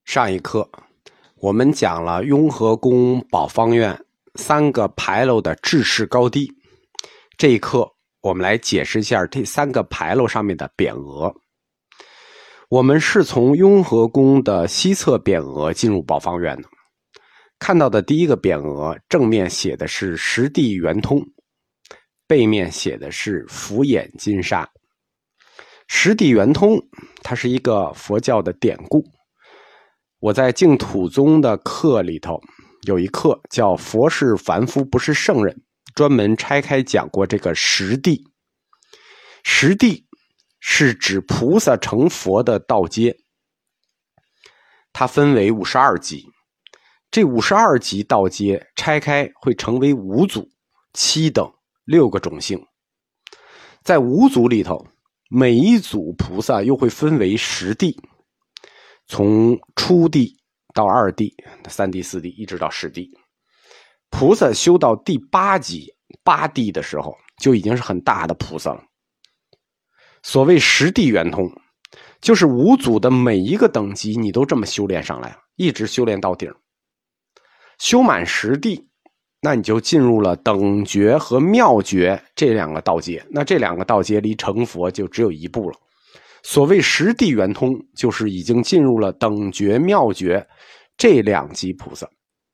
上一课我们讲了雍和宫宝方院三个牌楼的制式高低，这一课我们来解释一下这三个牌楼上面的匾额。我们是从雍和宫的西侧匾额进入宝方院的，看到的第一个匾额正面写的是实地圆通，背面写的是福眼金沙。实地圆通它是一个佛教的典故，我在净土宗的课里头有一课叫佛是凡夫不是圣人，专门拆开讲过这个实地。实地是指菩萨成佛的道阶，它分为52级，这52级道阶拆开会成为5组、7等、6个种姓。在5组里头，每一组菩萨又会分为10地，从初地到2地、3地、4地一直到10地。菩萨修到第8级、8地的时候，就已经是很大的菩萨了。所谓实地圆通，就是5组的每一个等级你都这么修炼上来了，一直修炼到顶。修满10地，那你就进入了等觉和妙觉这2个道阶，那这2个道阶离成佛就只有1步了。所谓实地圆通，就是已经进入了等觉妙觉这2级菩萨。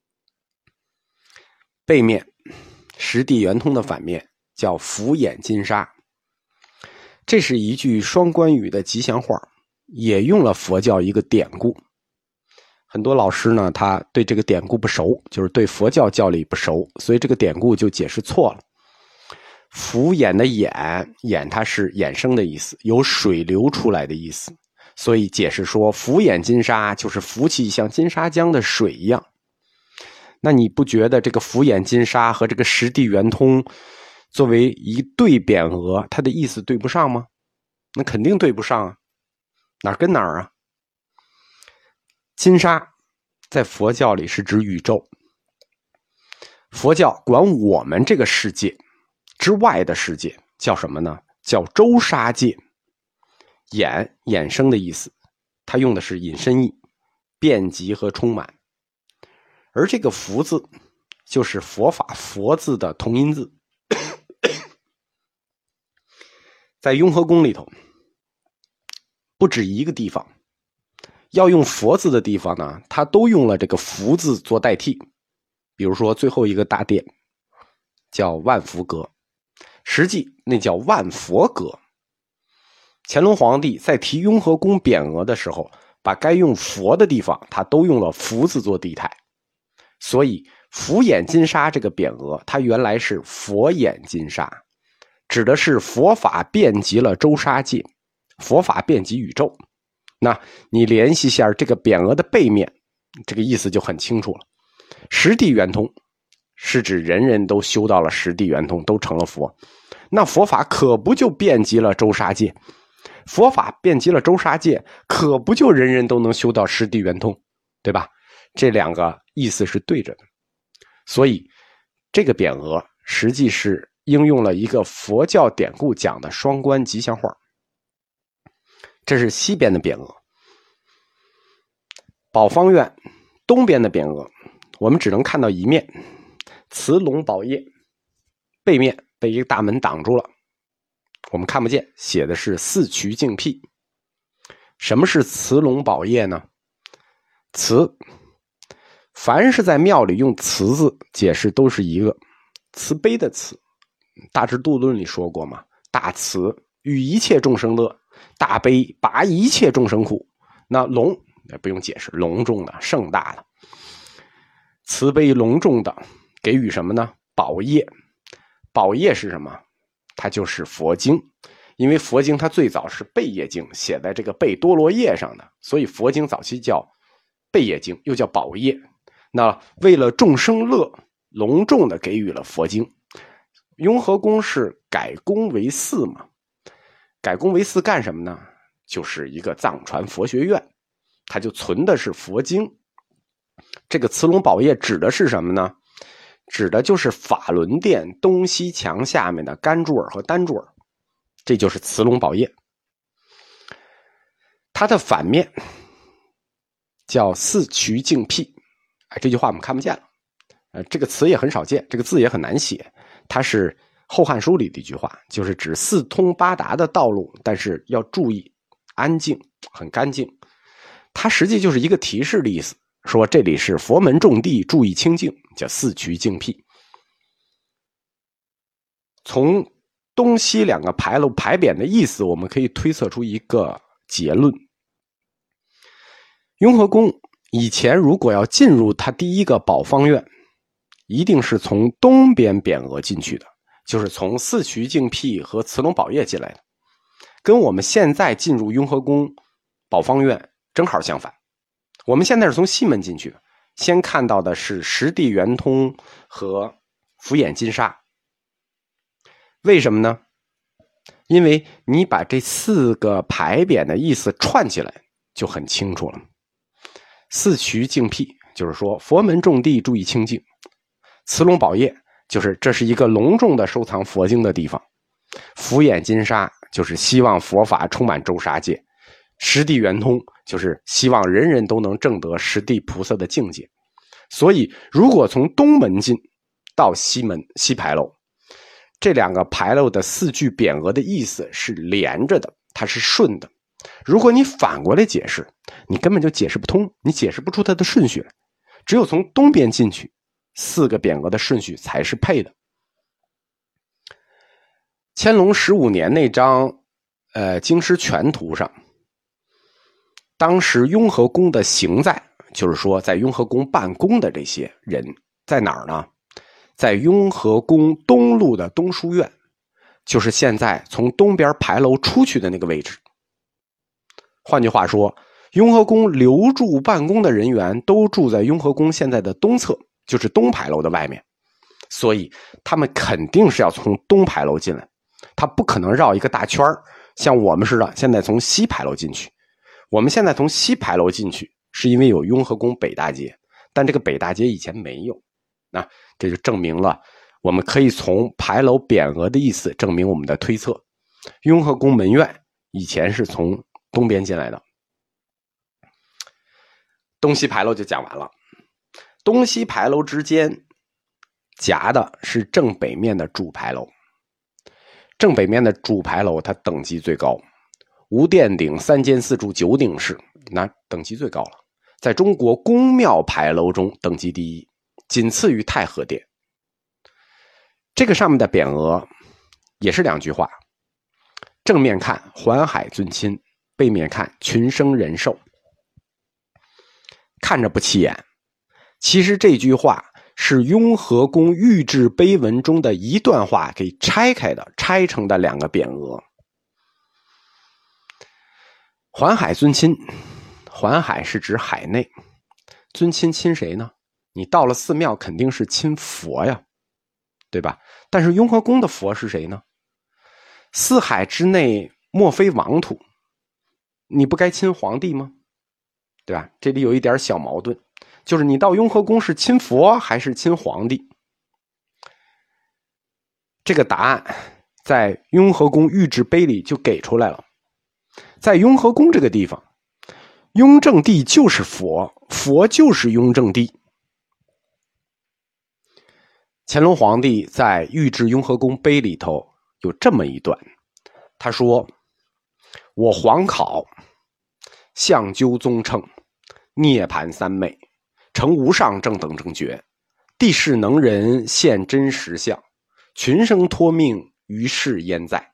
背面实地圆通的反面叫福眼金沙，这是一句双关语的吉祥话，也用了佛教一个典故。很多老师呢，他对这个典故不熟，就是对佛教教理不熟，所以这个典故就解释错了。福眼的眼它是衍生的意思，有水流出来的意思，所以解释说福眼金沙就是福气像金沙江的水一样。那你不觉得这个福眼金沙和这个实地圆通作为一对匾额，它的意思对不上吗？那肯定对不上啊，哪儿跟哪儿啊？金沙在佛教里是指宇宙，佛教管我们这个世界之外的世界叫什么呢？叫周沙界。衍生的意思，它用的是引申义，遍及和充满。而这个福字就是佛法佛字的同音字。在雍和宫里头不止一个地方要用佛字的地方呢，它都用了这个福字做代替。比如说最后一个大殿叫万福阁，实际那叫万佛阁。乾隆皇帝在提雍和宫匾额的时候，把该用佛的地方他都用了福字做地态，所以福眼金沙这个匾额它原来是佛眼金沙，指的是佛法遍及了周沙界，佛法遍及宇宙。那你联系一下这个匾额的背面，这个意思就很清楚了。实地圆通是指人人都修到了实地圆通，都成了佛，那佛法可不就遍及了周沙界，佛法遍及了周沙界，可不就人人都能修到实地圆通，对吧？这2个意思是对着的。所以这个匾额实际是应用了一个佛教典故讲的双关吉祥话。这是西边的匾额。宝方院东边的匾额我们只能看到一面，慈龙宝业，背面被一个大门挡住了，我们看不见，写的是四渠净辟。什么是慈龙宝业呢？慈，凡是在庙里用慈字解释都是一个慈悲的慈，大智度论里说过嘛，大慈与一切众生乐，大悲拔一切众生苦。那隆也不用解释，隆重的盛大的，慈悲隆重的给予什么呢？宝业。宝业是什么？它就是佛经，因为佛经它最早是贝叶经，写在这个贝多罗叶上的，所以佛经早期叫贝叶经，又叫宝业。那为了众生乐，隆重的给予了佛经。雍和宫是改宫为寺嘛，改宫为寺干什么呢？就是一个藏传佛学院，它就存的是佛经。这个慈龙宝业指的是什么呢？指的就是法轮殿东西墙下面的干柱儿和单柱儿，这就是慈龙宝业。它的反面叫四渠净辟。这句话我们看不见了，这个词也很少见，这个字也很难写，它是《后汉书》里的一句话，就是指四通八达的道路，但是要注意安静，很干净。它实际就是一个提示的意思，说这里是佛门重地，注意清净，叫四渠净辟。从东西两个牌楼牌匾的意思，我们可以推测出一个结论：雍和宫以前如果要进入它第一个宝方院，一定是从东边匾额进去的，就是从四渠净辟和慈龙宝业进来的，跟我们现在进入雍和宫宝方院正好相反。我们现在是从西门进去的，先看到的是十地圆通和福眼金沙。为什么呢？因为你把这四个牌匾的意思串起来就很清楚了。四渠净辟就是说佛门重地，注意清净。慈龙宝业就是这是一个隆重的收藏佛经的地方。福眼金沙就是希望佛法充满周沙界。十地圆通就是希望人人都能证得十地菩萨的境界。所以如果从东门进到西门西牌楼，这两个牌楼的四句匾额的意思是连着的，它是顺的。如果你反过来解释，你根本就解释不通，你解释不出它的顺序来。只有从东边进去，四个匾额的顺序才是配的。乾隆15年那张京师全图上，当时雍和宫的行在，就是说在雍和宫办公的这些人在哪儿呢？在雍和宫东路的东书院，就是现在从东边牌楼出去的那个位置。换句话说，雍和宫留驻办公的人员都住在雍和宫现在的东侧，就是东牌楼的外面，所以他们肯定是要从东牌楼进来，他不可能绕一个大圈像我们似的现在从西牌楼进去。我们现在从西牌楼进去是因为有雍和宫北大街，但这个北大街以前没有，那这就证明了我们可以从牌楼匾额的意思证明我们的推测。雍和宫门院以前是从东边进来的。东西牌楼就讲完了。东西牌楼之间夹的是正北面的主牌楼。正北面的主牌楼它等级最高，无殿顶三间四柱九顶式，那等级最高了，在中国宫庙牌楼中等级第一，仅次于太和殿。这个上面的匾额也是两句话，正面看环海尊亲，背面看群生人寿。看着不起眼，其实这句话是雍和宫御制碑文中的一段话给拆开的，拆成的两个匾额。环海尊亲，环海是指海内，尊亲亲谁呢？你到了寺庙肯定是亲佛呀，对吧？但是雍和宫的佛是谁呢？四海之内莫非王土，你不该亲皇帝吗？对吧？这里有一点小矛盾，就是你到雍和宫是亲佛还是亲皇帝？这个答案在雍和宫御制碑里就给出来了。在雍和宫这个地方，雍正帝就是佛，佛就是雍正帝。乾隆皇帝在御制雍和宫碑里头有这么一段，他说：我皇考相究宗称，涅盘三昧，成无上正等正觉，地势能人现真实相，群生托命于世焉在。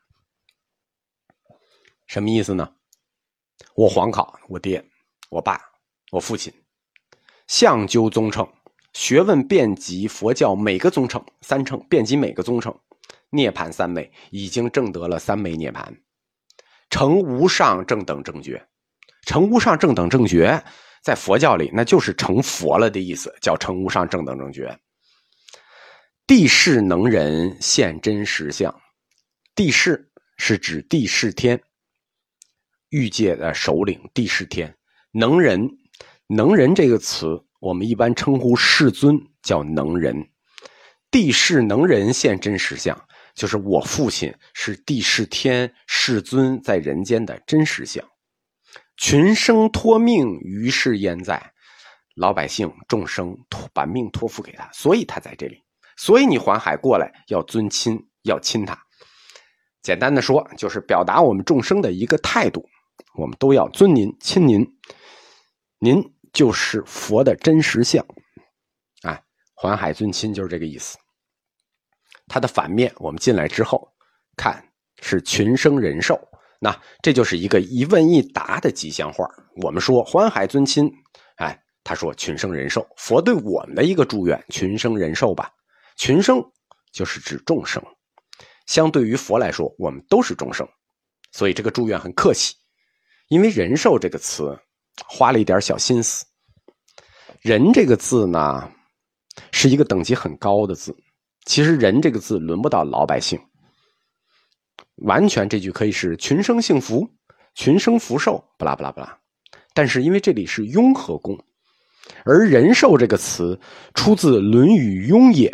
什么意思呢？我皇考，我爹我爸我父亲，相究宗称，学问遍及佛教每个宗称，三称遍及每个宗称，涅盘三昧，已经证得了三昧涅盘，成无上正等正觉。成无上正等正觉在佛教里那就是成佛了的意思，叫成无上正等正觉。地势能人现真实相，地势是指地势天，欲界的首领地势天。能人，能人这个词我们一般称呼世尊叫能人。地势能人现真实相，就是我父亲是地势天世尊在人间的真实相。 群生托命于世焉在，老百姓众生把命托付给他，所以他在这里，所以你环海过来要尊亲，要亲他。简单的说，就是表达我们众生的一个态度，我们都要尊您，亲您，您就是佛的真实相。哎，环海尊亲就是这个意思。它的反面，我们进来之后看是群生人寿，那这就是一个一问一答的吉祥话。我们说环海尊亲，哎，他说群生人寿，佛对我们的一个祝愿，群生人寿吧。群生就是指众生，相对于佛来说，我们都是众生，所以这个祝愿很客气。因为人寿这个词花了一点小心思，人这个字呢是一个等级很高的字，其实人这个字轮不到老百姓，完全这句可以是群生幸福，群生福寿，不啦不啦不啦。但是因为这里是雍和宫，而人寿这个词出自《论语雍也》，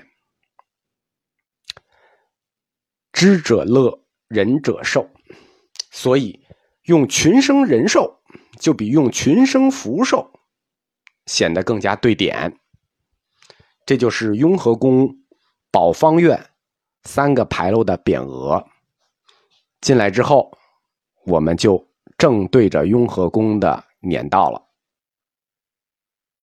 知者乐，仁者寿，所以用群生人寿就比用群生福寿显得更加对点。这就是雍和宫宝方院3个牌楼的匾额。进来之后，我们就正对着雍和宫的年道了。